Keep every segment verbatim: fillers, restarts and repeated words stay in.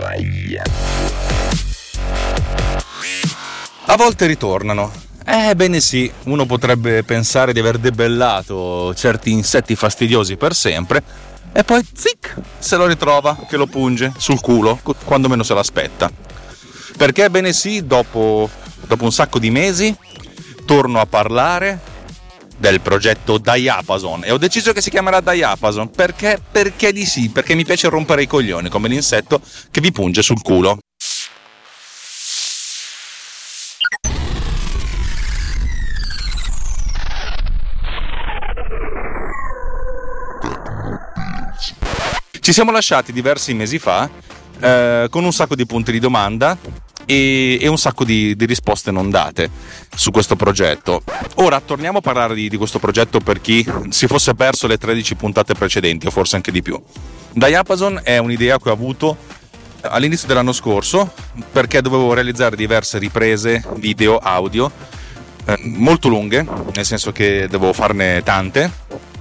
A volte ritornano. Ebbene sì, uno potrebbe pensare di aver debellato certi insetti fastidiosi per sempre e poi zic, se lo ritrova che lo punge sul culo quando meno se l'aspetta. Perché ebbene sì, dopo, dopo un sacco di mesi torno a parlare del progetto Diapason e ho deciso che si chiamerà Diapason perché, perché di sì, perché mi piace rompere i coglioni come l'insetto che vi punge sul culo. Ci siamo lasciati diversi mesi fa eh, con un sacco di punti di domanda e, e un sacco di, di risposte non date su questo progetto. Ora torniamo a parlare di, di questo progetto per chi si fosse perso le tredici puntate precedenti o forse anche di più. Diapason è un'idea che ho avuto all'inizio dell'anno scorso perché dovevo realizzare diverse riprese video, audio eh, molto lunghe, nel senso che dovevo farne tante,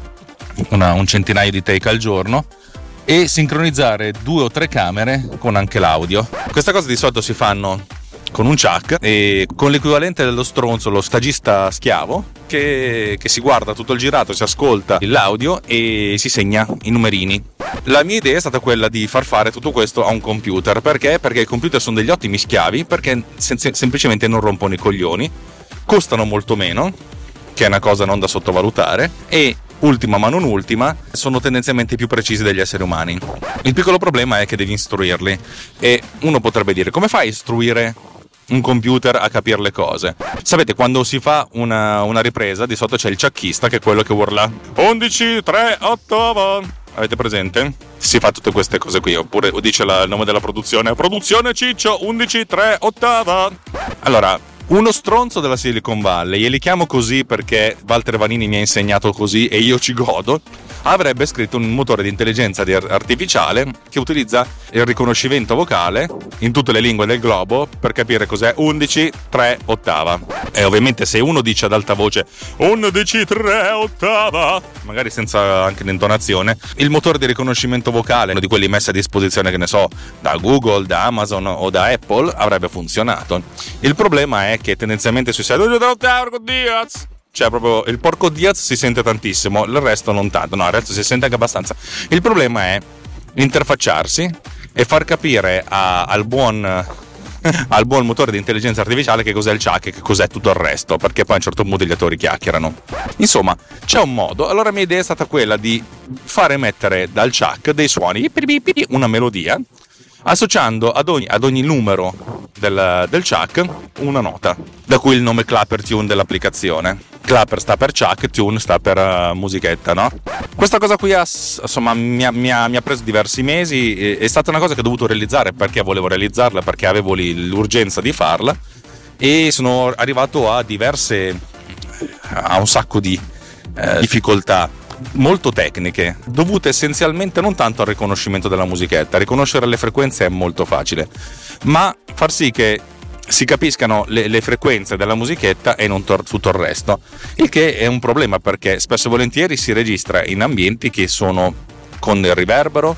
una, un centinaio di take al giorno, e sincronizzare due o tre camere con anche l'audio. Questa cosa di solito si fanno con un chuck e con l'equivalente dello stronzo, lo stagista schiavo, che, che si guarda tutto il girato, si ascolta l'audio e si segna i numerini. La mia idea è stata quella di far fare tutto questo a un computer. Perché? Perché i computer sono degli ottimi schiavi, perché sem- semplicemente non rompono i coglioni, costano molto meno, che è una cosa non da sottovalutare, e ultima ma non ultima, sono tendenzialmente più precisi degli esseri umani. Il piccolo problema è che devi istruirli e uno potrebbe dire: come fai a istruire un computer a capire le cose? Sapete, quando si fa una, una ripresa di sotto c'è il ciacchista, che è quello che urla undici tre ottava. Avete presente? Si fa tutte queste cose qui. Oppure dice la, il nome della produzione: produzione Ciccio undici tre ottava. Allora, uno stronzo della Silicon Valley, e li chiamo così perché Walter Vanini mi ha insegnato così e io ci godo, avrebbe scritto un motore di intelligenza artificiale che utilizza il riconoscimento vocale in tutte le lingue del globo per capire cos'è undici tre ottava. E ovviamente se uno dice ad alta voce undici tre ottava, magari senza anche l'intonazione, il motore di riconoscimento vocale, uno di quelli messi a disposizione, che ne so, da Google, da Amazon o da Apple, avrebbe funzionato. Il problema è che tendenzialmente sui siti cioè proprio il porco Diaz si sente tantissimo, il resto non tanto. No, il resto si sente anche abbastanza. Il problema è interfacciarsi e far capire a, al buon al buon motore di intelligenza artificiale che cos'è il chuck e che cos'è tutto il resto, perché poi a un certo punto gli attori chiacchierano. Insomma, c'è un modo. Allora, la mia idea è stata quella di far emettere dal chuck dei suoni, una melodia, associando ad ogni, ad ogni numero del, del chuck una nota, da cui il nome Clapper Tune dell'applicazione. Clapper sta per chuck, tune sta per uh, musichetta, no? Questa cosa qui ha, insomma, mi ha, mi, ha, mi ha preso diversi mesi, è, è stata una cosa che ho dovuto realizzare perché volevo realizzarla, perché avevo lì l'urgenza di farla, e sono arrivato a diverse a un sacco di eh, difficoltà molto tecniche, dovute essenzialmente non tanto al riconoscimento della musichetta. Riconoscere le frequenze è molto facile, ma far sì che si capiscano le, le frequenze della musichetta e non tor- tutto il resto, il che è un problema, perché spesso e volentieri si registra in ambienti che sono con il riverbero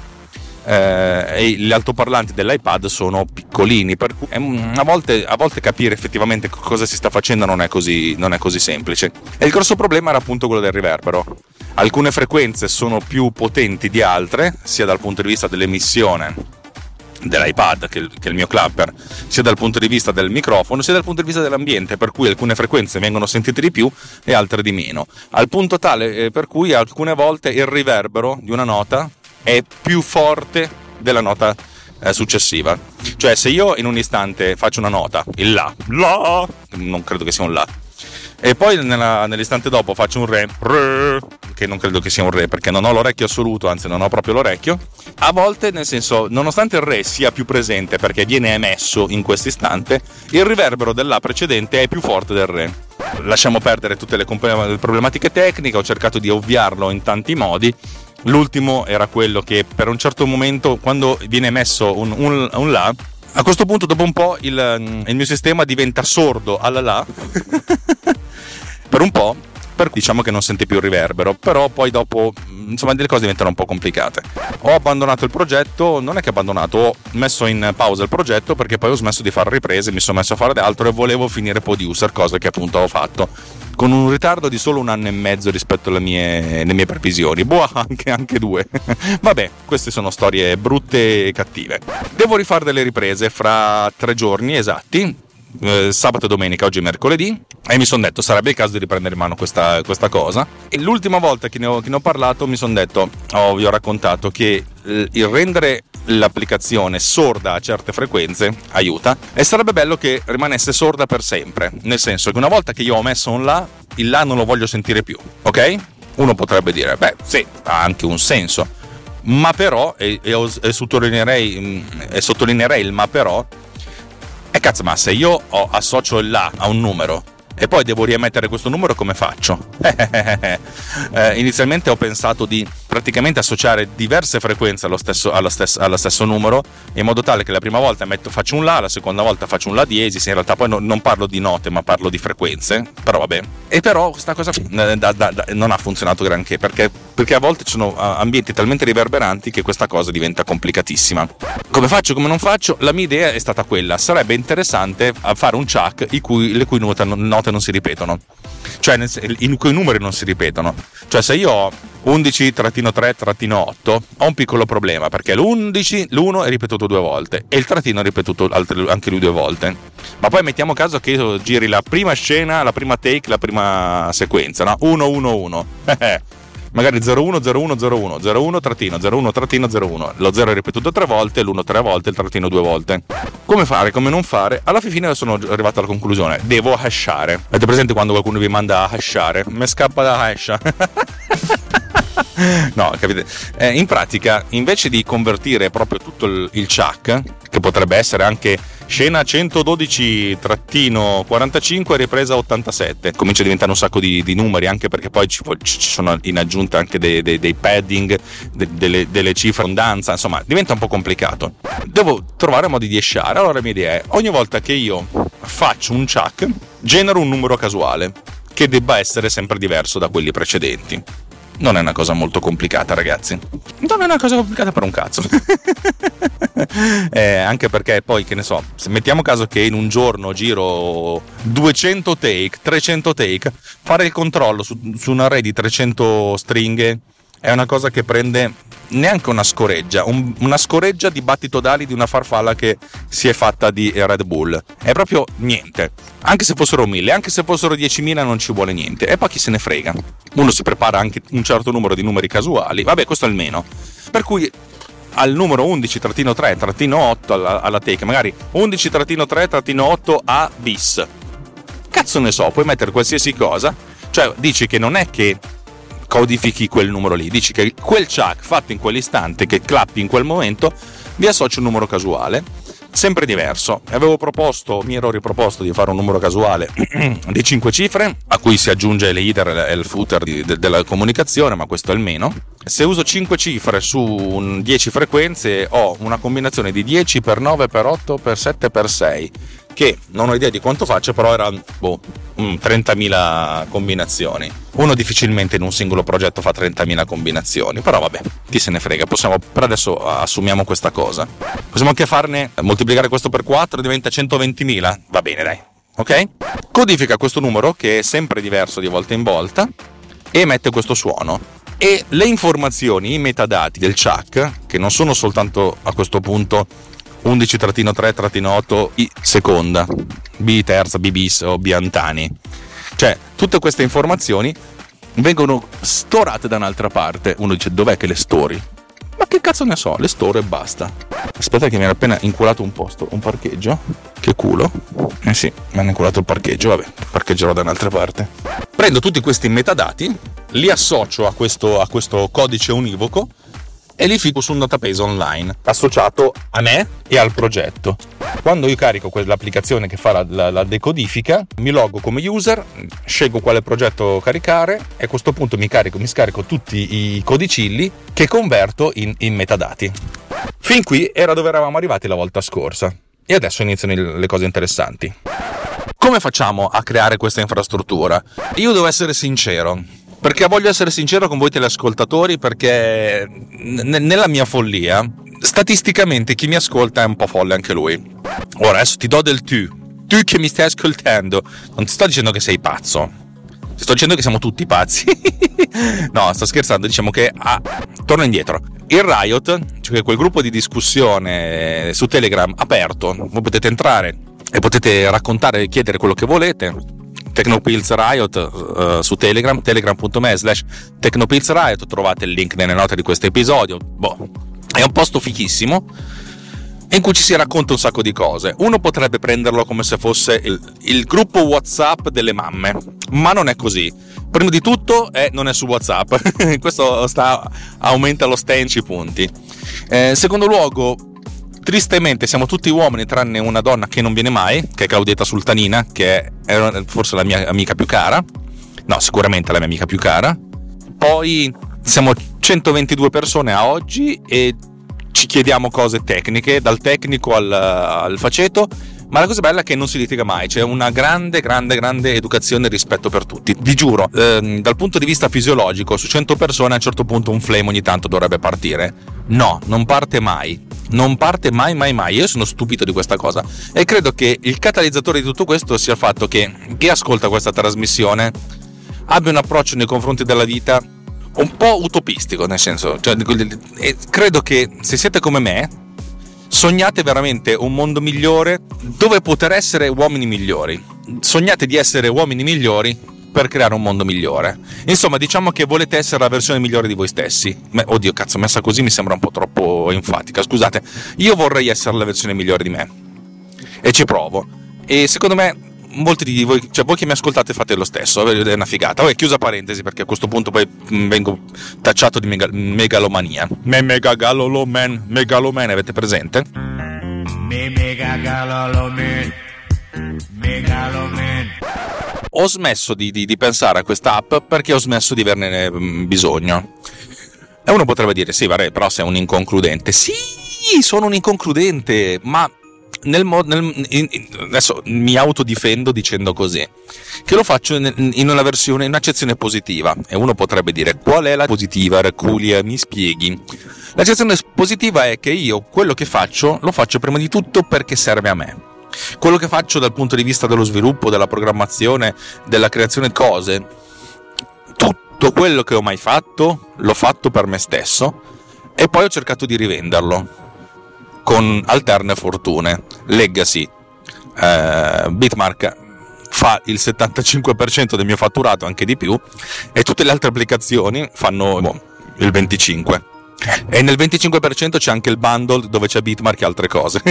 eh, e gli altoparlanti dell'iPad sono piccolini, per cui a volte, a volte capire effettivamente cosa si sta facendo non è così, non è così semplice. E il grosso problema era appunto quello del riverbero. Alcune frequenze sono più potenti di altre, sia dal punto di vista dell'emissione dell'iPad che il, che il mio Clapper, sia dal punto di vista del microfono, sia dal punto di vista dell'ambiente, per cui alcune frequenze vengono sentite di più e altre di meno, al punto tale eh, per cui alcune volte il riverbero di una nota è più forte della nota eh, successiva. Cioè, se io in un istante faccio una nota, il La, La, non credo che sia un La, e poi nella, nell'istante dopo faccio un re, re, che non credo che sia un re, perché non ho l'orecchio assoluto, anzi non ho proprio l'orecchio. A volte, nel senso, nonostante il re sia più presente perché viene emesso in questo istante, il riverbero della precedente è più forte del re. Lasciamo perdere tutte le problematiche tecniche, ho cercato di ovviarlo in tanti modi. L'ultimo era quello che per un certo momento, quando viene emesso un, un, un La, a questo punto dopo un po' il, il mio sistema diventa sordo alla La per un po', per cui diciamo che non sente più il riverbero, però poi dopo insomma delle cose diventano un po' complicate. Ho abbandonato il progetto, non è che abbandonato, ho messo in pausa il progetto perché poi ho smesso di fare riprese, mi sono messo a fare altro e volevo finire Poduser, cosa che appunto ho fatto con un ritardo di solo un anno e mezzo rispetto alle mie, alle mie previsioni. Boh, anche, anche due. Vabbè, queste sono storie brutte e cattive. Devo rifare delle riprese fra tre giorni esatti, eh, sabato e domenica, oggi è mercoledì, e mi sono detto sarebbe il caso di riprendere in mano questa, questa cosa. E l'ultima volta che ne ho, che ne ho parlato mi sono detto, oh, vi ho raccontato che il rendere l'applicazione sorda a certe frequenze aiuta, e sarebbe bello che rimanesse sorda per sempre, nel senso che una volta che io ho messo un là, il là non lo voglio sentire più, ok? Uno potrebbe dire, beh sì, ha anche un senso, ma però, e, e, e, sottolineerei, e sottolineerei il ma però, e cazzo, ma se io ho, associo il là a un numero e poi devo riemettere questo numero, come faccio? eh, inizialmente ho pensato di praticamente associare diverse frequenze allo stesso, allo stesso, allo stesso numero, in modo tale che la prima volta metto, faccio un La, la seconda volta faccio un La diesis. In realtà poi no, non parlo di note ma parlo di frequenze, però vabbè. E però questa cosa da, da, da, non ha funzionato granché, perché, perché a volte ci sono ambienti talmente riverberanti che questa cosa diventa complicatissima. Come faccio, come non faccio? La mia idea è stata quella: sarebbe interessante fare un chuck in cui, le cui note, note non si ripetono, cioè in cui i numeri non si ripetono. Cioè se io ho undici tre otto, ho un piccolo problema, perché l'undici, l'uno è ripetuto due volte e il trattino è ripetuto anche lui due volte. Ma poi mettiamo caso che io giri la prima scena, la prima take, la prima sequenza, no? uno uno uno magari zero uno zero uno zero uno zero uno trattino zero uno trattino zero uno, lo zero è ripetuto tre volte, l'uno tre volte, il trattino due volte. Come fare, come non fare? Alla fine sono arrivato alla conclusione: devo hashare. Avete presente quando qualcuno vi manda a hashare? Mi scappa da hash. No, capite? Eh, in pratica, invece di convertire proprio tutto il, il chuck, che potrebbe essere anche scena centododici quarantacinque ripresa ottantasette, comincia a diventare un sacco di, di numeri, anche perché poi ci, ci sono in aggiunta anche dei, dei, dei padding, de, delle, delle cifre in danza, insomma diventa un po' complicato. Devo trovare modi di hashare. Allora la mia idea è: ogni volta che io faccio un chuck, genero un numero casuale che debba essere sempre diverso da quelli precedenti. Non è una cosa molto complicata, ragazzi. Non è una cosa complicata per un cazzo. eh, anche perché poi, che ne so, se mettiamo caso che in un giorno giro duecento take, trecento take, fare il controllo su, su un array di trecento stringhe è una cosa che prende neanche una scoreggia, un, una scoreggia di battito d'ali di una farfalla che si è fatta di Red Bull. È proprio niente. Anche se fossero mille, anche se fossero diecimila, non ci vuole niente. E poi chi se ne frega? Uno si prepara anche un certo numero di numeri casuali. Vabbè, questo è il meno. Per cui al numero undici tre otto alla, alla take, magari undici tre otto A bis. Cazzo ne so, puoi mettere qualsiasi cosa. Cioè, dici che non è che codifichi quel numero lì, dici che quel chuck fatto in quell'istante, che clappi in quel momento, vi associa un numero casuale sempre diverso. Avevo proposto, mi ero riproposto di fare un numero casuale di cinque cifre, a cui si aggiunge l'header e il footer di, de, della comunicazione, ma questo è il meno. Se uso cinque cifre su dieci frequenze, ho una combinazione di dieci per nove per otto per sette per sei, che non ho idea di quanto faccia, però erano boh, trentamila combinazioni. Uno difficilmente in un singolo progetto fa trentamila combinazioni, però vabbè, chi se ne frega. Possiamo, per adesso assumiamo questa cosa. Possiamo anche farne, moltiplicare questo per quattro, diventa centoventimila, va bene dai, ok? Codifica questo numero, che è sempre diverso di volta in volta, e emette questo suono. E le informazioni, i metadati del chuck, che non sono soltanto a questo punto undici tre otto I seconda, B terza, B bis o B antani, cioè tutte queste informazioni vengono storate da un'altra parte. Uno dice: dov'è che le stori? Ma che cazzo ne so, le storo e basta. Aspetta che mi era appena inculato un posto, un parcheggio. Che culo. Eh sì, mi hanno inculato il parcheggio, vabbè, parcheggerò da un'altra parte. Prendo tutti questi metadati, li associo a questo, a questo codice univoco e li fico su un database online associato a me e al progetto. Quando io carico quell'applicazione che fa la, la, la decodifica, mi loggo come user, scelgo quale progetto caricare e a questo punto mi carico, mi scarico tutti i codicilli che converto in, in metadati. Fin qui era dove eravamo arrivati la volta scorsa, e adesso iniziano le cose interessanti. Come facciamo a creare questa infrastruttura? Io devo essere sincero, perché voglio essere sincero con voi teleascoltatori, perché n- nella mia follia, statisticamente chi mi ascolta è un po' folle anche lui. Ora adesso ti do del tu, tu che mi stai ascoltando, non ti sto dicendo che sei pazzo, ti sto dicendo che siamo tutti pazzi. No, sto scherzando, diciamo che ah, torno indietro. Il Riot, cioè quel gruppo di discussione su Telegram aperto, voi potete entrare e potete raccontare e chiedere quello che volete. Technopills Riot uh, su Telegram, telegram.me slash Technopills Riot, trovate il link nelle note di questo episodio. Boh, è un posto fichissimo in cui ci si racconta un sacco di cose. Uno potrebbe prenderlo come se fosse il, il gruppo WhatsApp delle mamme, ma non è così. Prima di tutto eh, non è su WhatsApp. Questo sta, aumenta lo stenci punti. Eh, secondo luogo, tristemente siamo tutti uomini tranne una donna che non viene mai, che è Claudietta Sultanina, che è forse la mia amica più cara. No, sicuramente la mia amica più cara. Poi siamo centoventidue persone a oggi e ci chiediamo cose tecniche, dal tecnico al, al faceto, ma la cosa bella è che non si litiga mai, c'è una grande, grande, grande educazione e rispetto per tutti. Vi giuro, ehm, dal punto di vista fisiologico, su cento persone a un certo punto un flame ogni tanto dovrebbe partire. No, non parte mai. Non parte mai, mai, mai. Io sono stupito di questa cosa e credo che il catalizzatore di tutto questo sia il fatto che chi ascolta questa trasmissione abbia un approccio nei confronti della vita un po' utopistico, nel senso, cioè, credo che se siete come me sognate veramente un mondo migliore dove poter essere uomini migliori, sognate di essere uomini migliori per creare un mondo migliore. Insomma, diciamo che volete essere la versione migliore di voi stessi. Ma, oddio, cazzo, messa così mi sembra un po' troppo enfatica, scusate. Io vorrei essere la versione migliore di me e ci provo, e secondo me molti di voi, cioè voi che mi ascoltate fate lo stesso, è una figata. Vabbè, chiusa parentesi, perché a questo punto poi vengo tacciato di mega, megalomania. Me megagaloman, megaloman, avete presente? Me megagaloman, megaloman. Ho smesso di, di, di pensare a questa app perché ho smesso di averne bisogno. E uno potrebbe dire, sì, vabbè, però sei un inconcludente. Sì, sono un inconcludente, ma nel mo- nel, in, in, adesso mi autodifendo dicendo così, che lo faccio in, in una versione, in un'accezione positiva. E uno potrebbe dire, qual è la positiva, Raculia, mi spieghi? L'accezione positiva è che io quello che faccio lo faccio prima di tutto perché serve a me. Quello che faccio dal punto di vista dello sviluppo, della programmazione, della creazione di cose, tutto quello che ho mai fatto l'ho fatto per me stesso e poi ho cercato di rivenderlo con alterne fortune. Legacy, eh, Bitmark fa il settantacinque per cento del mio fatturato, anche di più, e tutte le altre applicazioni fanno boh, il venticinque per cento. E nel venticinque per cento c'è anche il bundle dove c'è Bitmark e altre cose.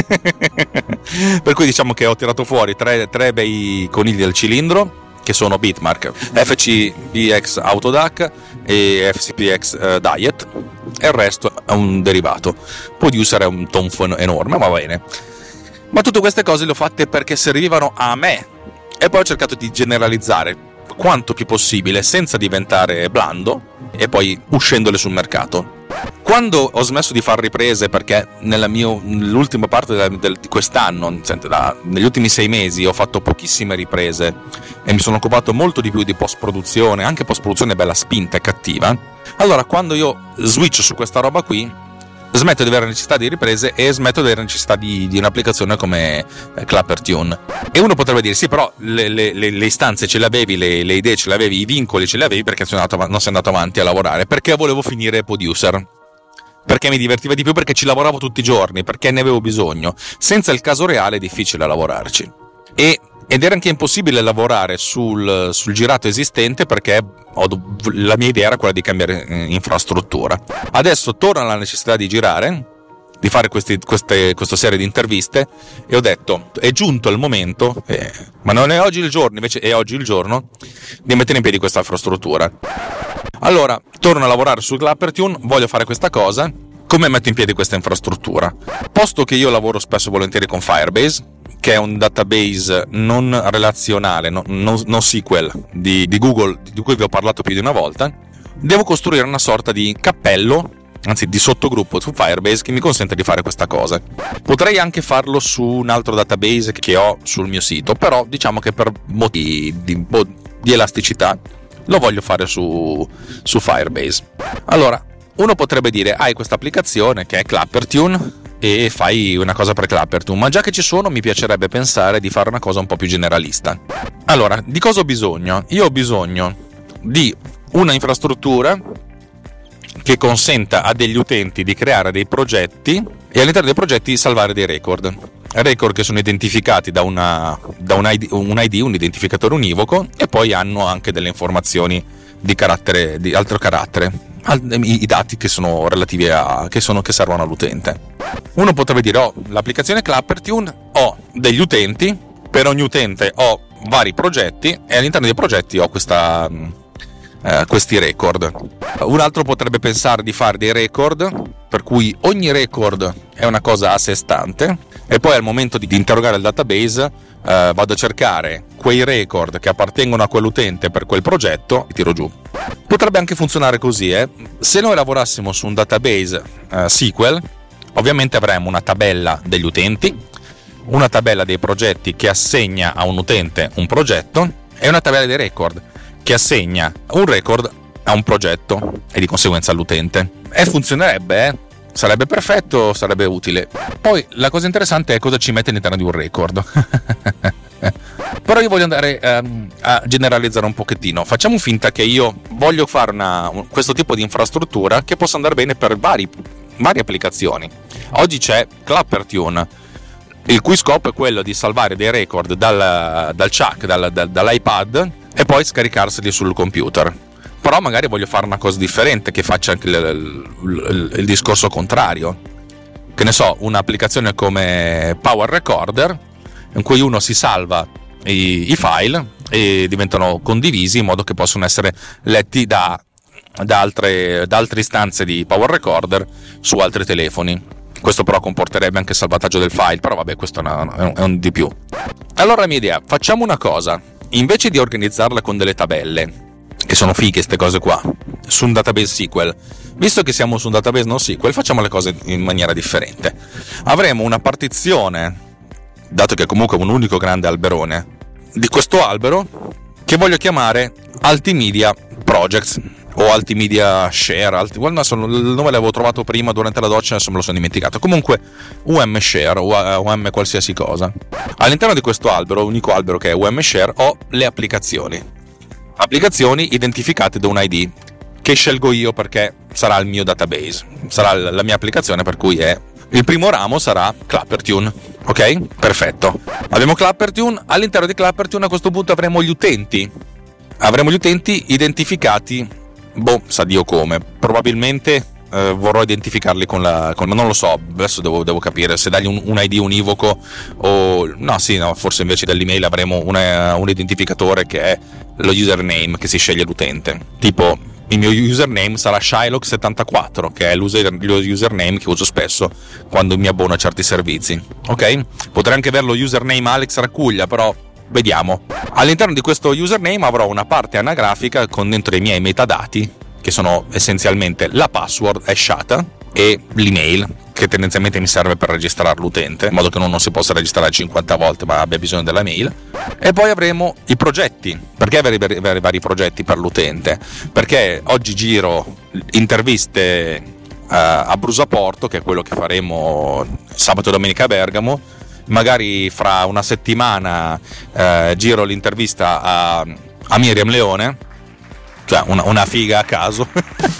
Per cui diciamo che ho tirato fuori tre, tre bei conigli al cilindro, che sono Bitmark, F C P X Autodac e F C P X uh, Diet, e il resto è un derivato. Producer è un tonfo enorme, ma va bene. Ma tutte queste cose le ho fatte perché servivano a me, e poi ho cercato di generalizzare quanto più possibile senza diventare blando e poi uscendole sul mercato. Quando ho smesso di fare riprese, perché nella mio, nell'ultima parte del, del, di quest'anno, da, negli ultimi sei mesi ho fatto pochissime riprese e mi sono occupato molto di più di post-produzione, anche post-produzione bella spinta e cattiva, allora quando io switch su questa roba qui smetto di avere necessità di riprese e smetto di avere necessità di, di un'applicazione come eh, Clappertune. E uno potrebbe dire, sì, però le, le, le, le istanze ce le avevi, le, le idee ce le avevi, i vincoli ce li avevi, perché sono andato, non sei andato avanti a lavorare? Perché volevo finire producer, perché mi divertiva di più, perché ci lavoravo tutti i giorni, perché ne avevo bisogno. Senza il caso reale è difficile lavorarci. E Ed era anche impossibile lavorare sul, sul girato esistente, perché ho, la mia idea era quella di cambiare infrastruttura. Adesso torna la necessità di girare, di fare questi, queste, questa serie di interviste, e ho detto, è giunto il momento, eh, ma non è oggi il giorno, invece è oggi il giorno, di mettere in piedi questa infrastruttura. Allora, torno a lavorare su Clappertune, voglio fare questa cosa. Come metto in piedi questa infrastruttura? Posto che io lavoro spesso e volentieri con Firebase, che è un database non relazionale, no, no, NoSQL di, di Google, di cui vi ho parlato più di una volta, devo costruire una sorta di cappello anzi di sottogruppo su Firebase che mi consente di fare questa cosa. Potrei anche farlo su un altro database che ho sul mio sito, però diciamo che per motivi di, di elasticità lo voglio fare su, su Firebase. Allora, uno potrebbe dire: hai questa applicazione che è Clappertune e fai una cosa per Clappertune, ma già che ci sono mi piacerebbe pensare di fare una cosa un po' più generalista. Allora, di cosa ho bisogno? Io ho bisogno di una infrastruttura che consenta a degli utenti di creare dei progetti e all'interno dei progetti salvare dei record. Record che sono identificati da, una, da un, I D, un I D, un identificatore univoco, e poi hanno anche delle informazioni di carattere, di altro carattere, i, i dati che sono relativi a che, sono, che servono all'utente. Uno potrebbe dire: ho l'applicazione Clappertune, ho degli utenti, per ogni utente ho vari progetti e all'interno dei progetti ho questa Uh, questi record. Un altro potrebbe pensare di fare dei record per cui ogni record è una cosa a sé stante e poi al momento di, di interrogare il database uh, vado a cercare quei record che appartengono a quell'utente per quel progetto e tiro giù. Potrebbe anche funzionare così, eh? Se noi lavorassimo su un database uh, S Q L, ovviamente avremmo una tabella degli utenti, una tabella dei progetti che assegna a un utente un progetto e una tabella dei record che assegna un record a un progetto e di conseguenza all'utente. E funzionerebbe, eh? Sarebbe perfetto, sarebbe utile. Poi la cosa interessante è cosa ci mette all'interno di un record. Però io voglio andare um, a generalizzare un pochettino. Facciamo finta che io voglio fare una, un, questo tipo di infrastruttura che possa andare bene per vari, varie applicazioni. Oggi c'è Clappertune, il cui scopo è quello di salvare dei record dal, dal C H A C, dal, dal, dall'iPad, e poi scaricarseli sul computer. Però magari voglio fare una cosa differente che faccia anche il, il, il discorso contrario. Che ne so, un'applicazione come Power Recorder in cui uno si salva i, i file e diventano condivisi in modo che possono essere letti da, da, altre, da altre istanze di Power Recorder su altri telefoni. Questo però comporterebbe anche il salvataggio del file, però vabbè, questo è, una, è, un, è un di più. Allora la mia idea: facciamo una cosa. Invece di organizzarla con delle tabelle, che sono fighe queste cose qua, su un database S Q L, visto che siamo su un database non S Q L, facciamo le cose in maniera differente. Avremo una partizione, dato che comunque è un unico grande alberone, di questo albero che voglio chiamare Altimedia Projects o Altimedia Share. Alti, well, no, sono, il nome l'avevo trovato prima durante la doccia, adesso me lo sono dimenticato. Comunque U M Share o U M qualsiasi cosa. All'interno di questo albero, unico albero che è U M Share, ho le applicazioni. Applicazioni identificate da un I D che scelgo io perché sarà il mio database, sarà la mia applicazione, per cui è il primo ramo sarà Clappertune. Ok? Perfetto. Abbiamo Clappertune. All'interno di Clappertune a questo punto avremo gli utenti. Avremo gli utenti identificati, boh, sa Dio come. Probabilmente eh, vorrò identificarli con la con, non lo so, adesso devo, devo capire se dargli un, un I D univoco o no, sì, no, forse invece dell'email avremo una, un identificatore che è lo username che si sceglie l'utente. Tipo, il mio username sarà Shylock settantaquattro, che è lo username che uso spesso quando mi abbono a certi servizi. Ok? Potrei anche avere lo username Alex Racuglia, però vediamo. All'interno di questo username avrò una parte anagrafica con dentro i miei metadati, che sono essenzialmente la password hashata e l'email, che tendenzialmente mi serve per registrare l'utente, in modo che uno non si possa registrare cinquanta volte ma abbia bisogno della mail. E poi avremo i progetti. Perché avere, avere vari progetti per l'utente? Perché oggi giro interviste uh, a Brusaporto, che è quello che faremo sabato e domenica a Bergamo. Magari fra una settimana uh, giro l'intervista a, a Miriam Leone, cioè una, una figa a caso.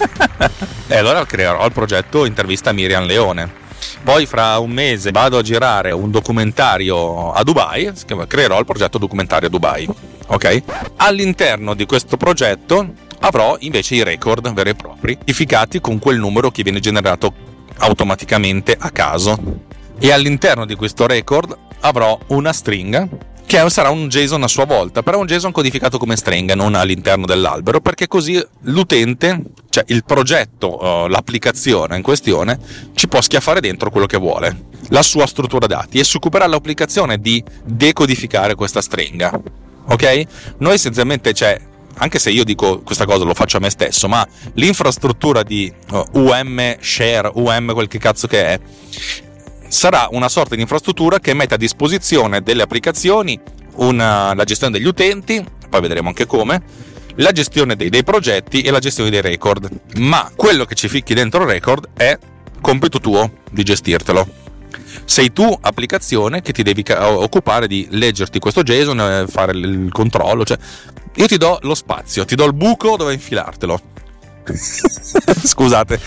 E allora creerò il progetto intervista a Miriam Leone. Poi fra un mese vado a girare un documentario a Dubai, creerò il progetto documentario a Dubai. Ok? All'interno di questo progetto avrò invece i record veri e propri, identificati con quel numero che viene generato automaticamente a caso. E all'interno di questo record avrò una stringa che sarà un JSON a sua volta, però un JSON codificato come stringa, non all'interno dell'albero, perché così l'utente, cioè il progetto, l'applicazione in questione, ci può schiaffare dentro quello che vuole, la sua struttura dati, e si occuperà l'applicazione di decodificare questa stringa. Ok? Noi essenzialmente, cioè, anche se io dico questa cosa, lo faccio a me stesso, ma l'infrastruttura di U M Share, U M quel che cazzo che è, sarà una sorta di infrastruttura che mette a disposizione delle applicazioni una, la gestione degli utenti, poi vedremo anche come, la gestione dei, dei progetti e la gestione dei record, ma quello che ci ficchi dentro il record è compito tuo di gestirtelo. Sei tu, applicazione, che ti devi occupare di leggerti questo JSON, fare il controllo, cioè io ti do lo spazio, ti do il buco dove infilartelo. Scusate.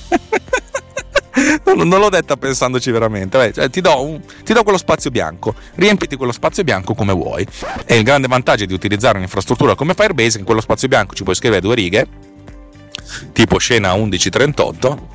Non l'ho detta pensandoci veramente, cioè, ti, do un, ti do quello spazio bianco, riempiti quello spazio bianco come vuoi. E il grande vantaggio di utilizzare un'infrastruttura come Firebase è che in quello spazio bianco ci puoi scrivere due righe, tipo scena undici trentotto,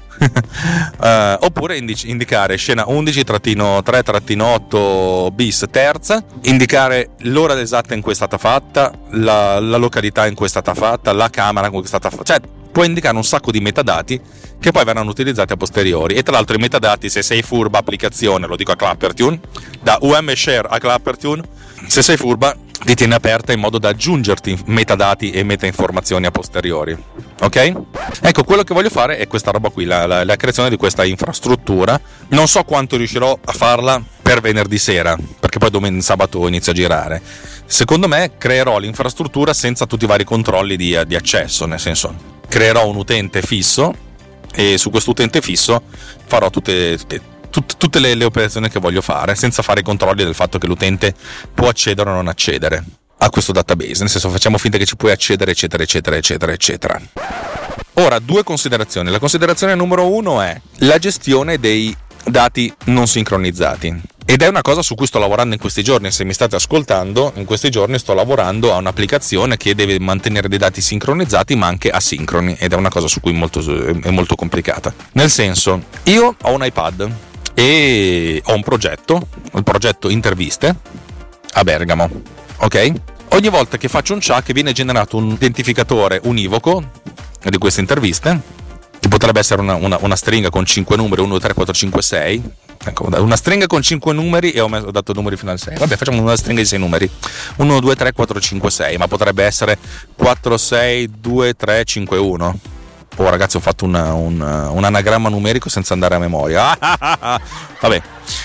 uh, oppure indici, indicare scena undici tre otto bis terza, indicare l'ora esatta in cui è stata fatta, la, la località in cui è stata fatta, la camera in cui è stata fatta, cioè puoi indicare un sacco di metadati che poi verranno utilizzati a posteriori. E tra l'altro i metadati, se sei furba applicazione, lo dico a Clappertune, da U M Share a Clappertune, se sei furba ti tieni aperta in modo da aggiungerti metadati e metainformazioni a posteriori. Ok? Ecco, quello che voglio fare è questa roba qui, la, la, la creazione di questa infrastruttura. Non so quanto riuscirò a farla per venerdì sera, perché poi domenica sabato inizio a girare. Secondo me creerò l'infrastruttura senza tutti i vari controlli di, di accesso, nel senso creerò un utente fisso e su questo utente fisso farò tutte, tutte, tutte le, le operazioni che voglio fare, senza fare i controlli del fatto che l'utente può accedere o non accedere a questo database, nel senso facciamo finta che ci puoi accedere eccetera eccetera eccetera eccetera. Ora, due considerazioni. La considerazione numero uno è la gestione dei dati non sincronizzati, ed è una cosa su cui sto lavorando in questi giorni. Se mi state ascoltando, in questi giorni sto lavorando a un'applicazione che deve mantenere dei dati sincronizzati ma anche asincroni, ed è una cosa su cui molto, è molto complicata. Nel senso, io ho un iPad e ho un progetto, il progetto interviste a Bergamo, ok? Ogni volta che faccio un chat viene generato un identificatore univoco di queste interviste, che potrebbe essere una, una, una stringa con cinque numeri, uno, due, tre, quattro, cinque, sei. Ecco, una stringa con cinque numeri e ho, messo, ho dato numeri fino al sei. Vabbè, facciamo una stringa di sei numeri. uno, due, tre, quattro, cinque, sei, ma potrebbe essere quattro, sei, due, tre, cinque, uno. Oh ragazzi, ho fatto una, una, un anagramma numerico senza andare a memoria. Vabbè.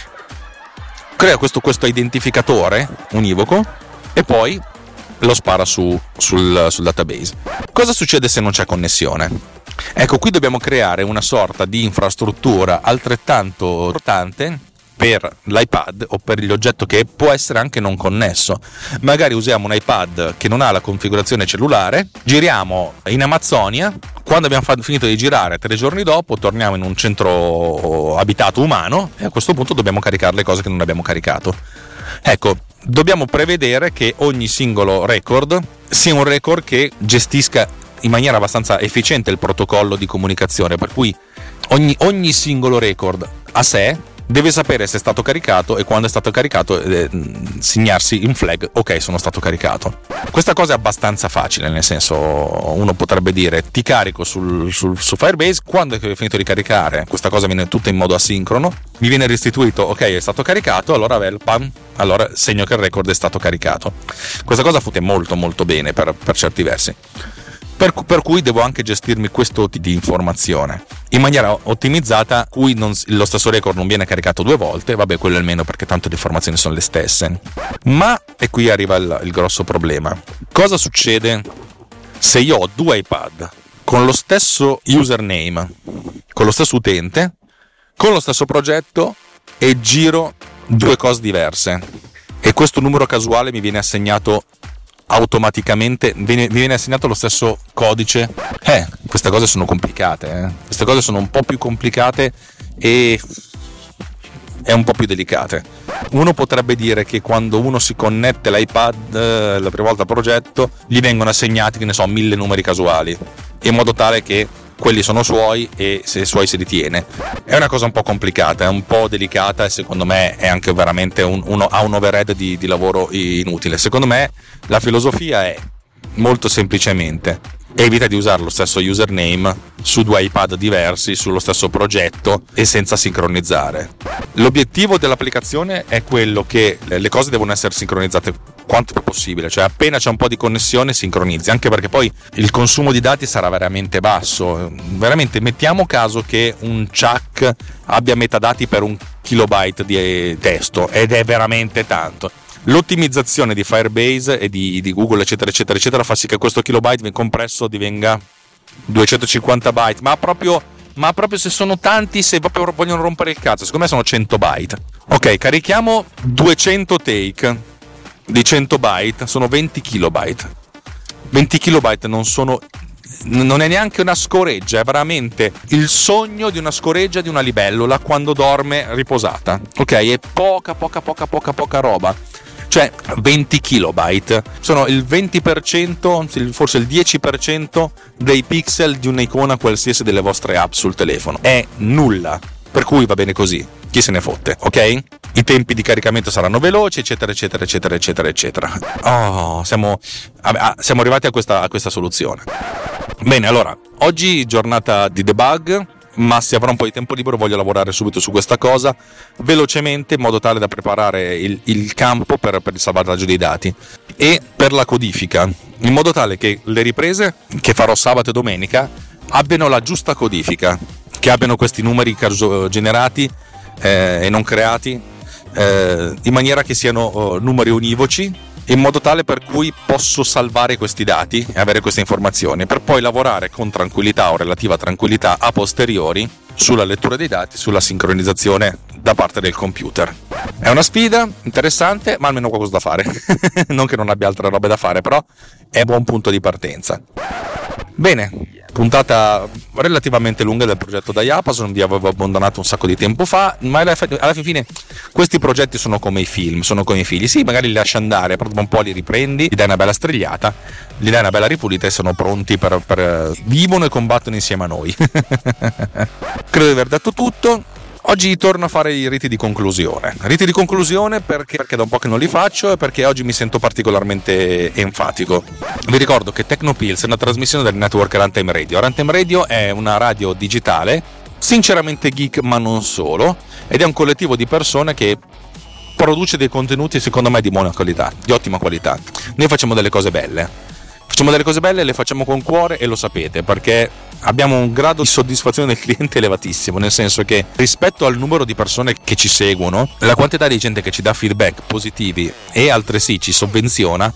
Crea questo, questo identificatore univoco e poi lo spara su, sul, sul database. Cosa succede se non c'è connessione? Ecco, qui dobbiamo creare una sorta di infrastruttura altrettanto importante per l'iPad o per l'oggetto che può essere anche non connesso. Magari usiamo un iPad che non ha la configurazione cellulare, giriamo in Amazzonia, quando abbiamo finito di girare tre giorni dopo torniamo in un centro abitato umano e a questo punto dobbiamo caricare le cose che non abbiamo caricato. Ecco, dobbiamo prevedere che ogni singolo record sia un record che gestisca in maniera abbastanza efficiente il protocollo di comunicazione, per cui ogni, ogni singolo record a sé deve sapere se è stato caricato e quando è stato caricato eh, segnarsi in flag, ok, sono stato caricato. Questa cosa è abbastanza facile, nel senso, uno potrebbe dire ti carico sul, sul, su Firebase, quando è finito di caricare questa cosa viene tutta in modo asincrono, mi viene restituito, ok, è stato caricato, allora pam, allora segno che il record è stato caricato. Questa cosa fute molto molto bene per, per certi versi. Per, per cui devo anche gestirmi questo tipo di informazione in maniera ottimizzata, cui non, lo stesso record non viene caricato due volte, vabbè, quello almeno perché tanto le informazioni sono le stesse. Ma, e qui arriva il, il grosso problema, cosa succede se io ho due iPad con lo stesso username, con lo stesso utente, con lo stesso progetto e giro due cose diverse e questo numero casuale mi viene assegnato automaticamente, viene, viene assegnato lo stesso codice? Eh, queste cose sono complicate, eh. Queste cose sono un po' più complicate e è un po' più delicate. Uno potrebbe dire che quando uno si connette l'iPad eh, la prima volta al progetto gli vengono assegnati, che ne so, mille numeri casuali, in modo tale che quelli sono suoi e se suoi si ritiene. È una cosa un po' complicata, è un po' delicata e secondo me è anche veramente un, uno ha un overhead di, di lavoro inutile. Secondo me la filosofia è molto semplicemente evita di usare lo stesso username su due iPad diversi sullo stesso progetto e senza sincronizzare. L'obiettivo dell'applicazione è quello che le cose devono essere sincronizzate quanto più possibile, cioè appena c'è un po' di connessione sincronizzi, anche perché poi il consumo di dati sarà veramente basso. Veramente mettiamo caso che un Chuck abbia metadati per un kilobyte di testo, ed è veramente tanto. L'ottimizzazione di Firebase e di, di Google eccetera eccetera eccetera fa sì che questo kilobyte compresso divenga duecentocinquanta byte, ma proprio, ma proprio se sono tanti, se proprio vogliono rompere il cazzo, secondo me sono cento byte. Ok, carichiamo duecento take di cento byte, sono venti kilobyte. venti kilobyte non sono, non è neanche una scoreggia, è veramente il sogno di una scoreggia di una libellula quando dorme riposata. Ok, è poca poca poca poca poca roba. Cioè venti kilobyte sono il venti per cento, forse il dieci per cento dei pixel di un'icona qualsiasi delle vostre app sul telefono. È nulla, per cui va bene così, chi se ne fotte, ok? I tempi di caricamento saranno veloci, eccetera eccetera eccetera eccetera eccetera. Oh, siamo, siamo arrivati a questa, a questa soluzione. Bene, allora, oggi giornata di debug, ma se avrò un po' di tempo libero voglio lavorare subito su questa cosa velocemente, in modo tale da preparare il, il campo per, per il salvataggio dei dati e per la codifica, in modo tale che le riprese che farò sabato e domenica abbiano la giusta codifica, che abbiano questi numeri generati eh, e non creati, eh, in maniera che siano oh, numeri univoci, in modo tale per cui posso salvare questi dati e avere queste informazioni per poi lavorare con tranquillità o relativa tranquillità a posteriori sulla lettura dei dati, sulla sincronizzazione da parte del computer. È una sfida interessante, ma almeno qualcosa da fare. Non che non abbia altre robe da fare, però è buon punto di partenza. Bene, puntata relativamente lunga del progetto Diapason, vi avevo abbandonato un sacco di tempo fa, ma alla fine questi progetti sono come i film, sono come i figli. Sì, magari li lasci andare, però dopo un po' li riprendi, gli dai una bella strigliata, gli dai una bella ripulita e sono pronti per, per vivono e combattono insieme a noi. Credo di aver detto tutto. Oggi torno a fare i riti di conclusione. Riti di conclusione perché, perché da un po' che non li faccio e perché oggi mi sento particolarmente enfatico. Vi ricordo che Technopills è una trasmissione del network Runtime Radio. Runtime Radio è una radio digitale, sinceramente geek ma non solo, ed è un collettivo di persone che produce dei contenuti secondo me di buona qualità, di ottima qualità. Noi facciamo delle cose belle. Facciamo delle cose belle, le facciamo con cuore e lo sapete, perché abbiamo un grado di soddisfazione del cliente elevatissimo, nel senso che rispetto al numero di persone che ci seguono, la quantità di gente che ci dà feedback positivi e altresì ci sovvenziona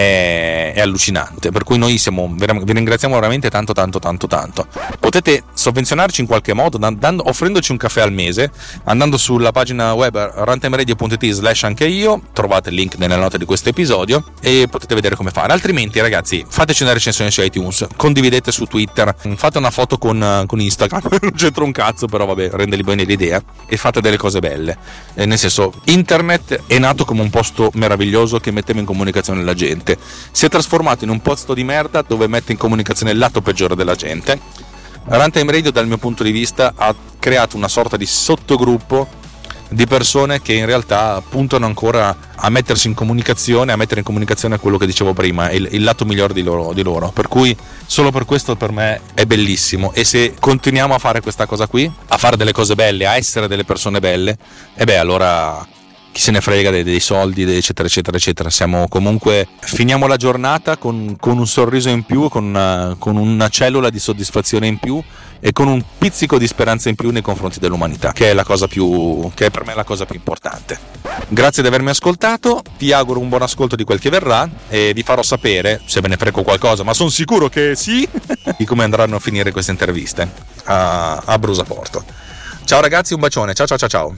è, è allucinante, per cui noi siamo, vi ringraziamo veramente tanto tanto tanto tanto. Potete sovvenzionarci in qualche modo dando, offrendoci un caffè al mese, andando sulla pagina web runtimeradio punto it slash anche io, trovate il link nelle note di questo episodio e potete vedere come fare. Altrimenti ragazzi, fateci una recensione su iTunes, condividete su Twitter, fate una foto con, con Instagram, non c'entra un cazzo, però vabbè, rende bene l'idea, e fate delle cose belle, eh, nel senso, internet è nato come un posto meraviglioso che metteva in comunicazione la gente, si è trasformato in un posto di merda dove mette in comunicazione il lato peggiore della gente. Runtime Radio, dal mio punto di vista, ha creato una sorta di sottogruppo di persone che in realtà puntano ancora a mettersi in comunicazione, a mettere in comunicazione quello che dicevo prima, il, il lato migliore di loro, di loro. Per cui solo per questo per me è bellissimo, e se continuiamo a fare questa cosa qui, a fare delle cose belle, a essere delle persone belle, e beh allora chi se ne frega dei, dei soldi eccetera eccetera eccetera. Siamo comunque, finiamo la giornata con, con un sorriso in più, con una, con una cellula di soddisfazione in più e con un pizzico di speranza in più nei confronti dell'umanità, che è la cosa più, che è per me la cosa più importante. Grazie di avermi ascoltato, vi auguro un buon ascolto di quel che verrà e vi farò sapere, se ve ne frego qualcosa, ma sono sicuro che sì, di come andranno a finire queste interviste a, a Brusaporto. Ciao ragazzi, un bacione, ciao ciao ciao ciao.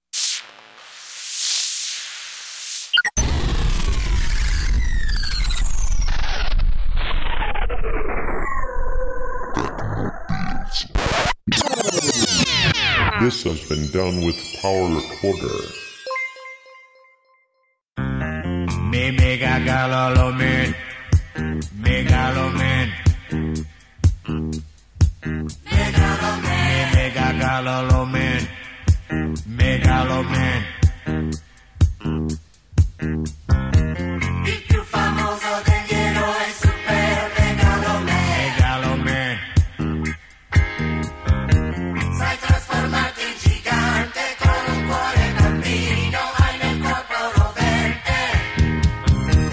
This has been done with Power Recorder. Me megaloman, megaloman, megaloman, megaloman, megaloman. Il più famoso degli eroi, super megaloman, megaloman. Sai trasformarti in gigante con un cuore bambino, hai nel corpo rovente.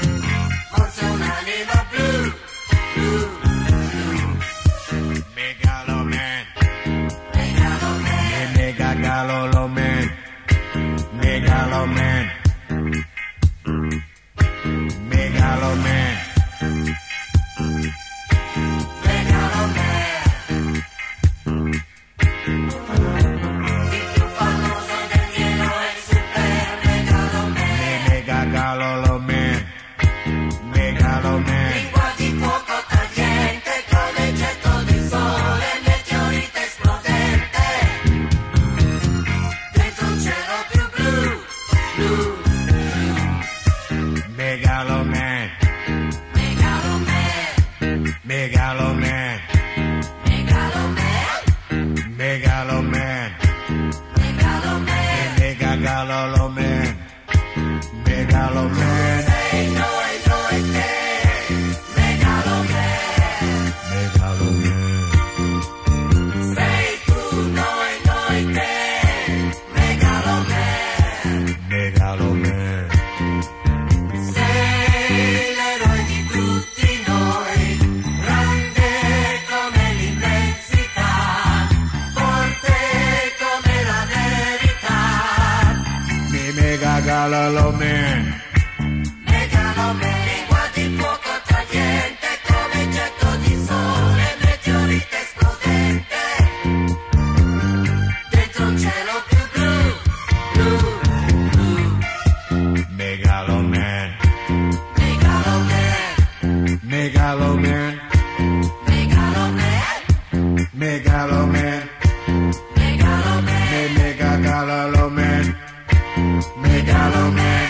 Megaloman. Sei noi, noi te, Megaloman. Megaloman. Sei tu, noi, noi te, Megaloman. Megaloman. Sei l'eroe di tutti noi, grande come l'immensità, forte come la verità. Me Megaloman. Megaloman, lingua di fuoco tagliente come getto di sole, meteorite esplodente. Dentro un cielo più blu, blu, blu. Megaloman. Megaloman, Megaloman. Megaloman, Megaloman. Megaloman. Me Megaloman. Megaloman.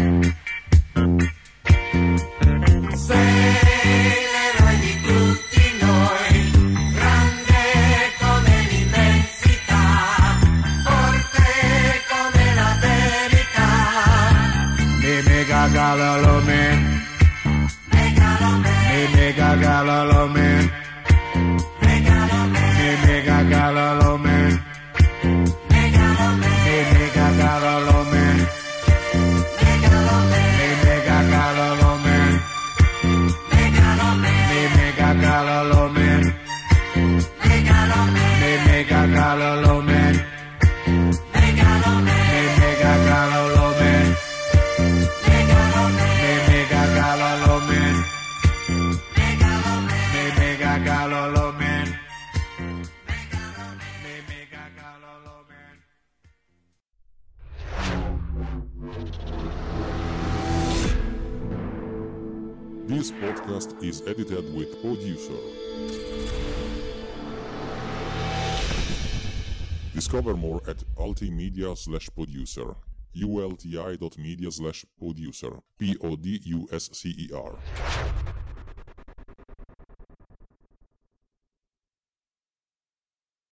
Sei l'eroe di tutti noi, grande come l'immensità, forte come la verità. Me Megaloman. Megaloman, Me Megaloman. Megaloman, Me Megaloman. Megaloman, Me Megaloman. Megaloman, Me Megaloman. Megaloman, Me Megaloman. Megaloman, Me Megaloman. Megaloman, Me Megaloman. Megaloman, Me Megaloman. Megaloman. Me Megaloman. Me Megaloman. This podcast is edited with Producer. Discover more at ultimedia slash producer. ulti dot media slash producer. P O D U S C E R.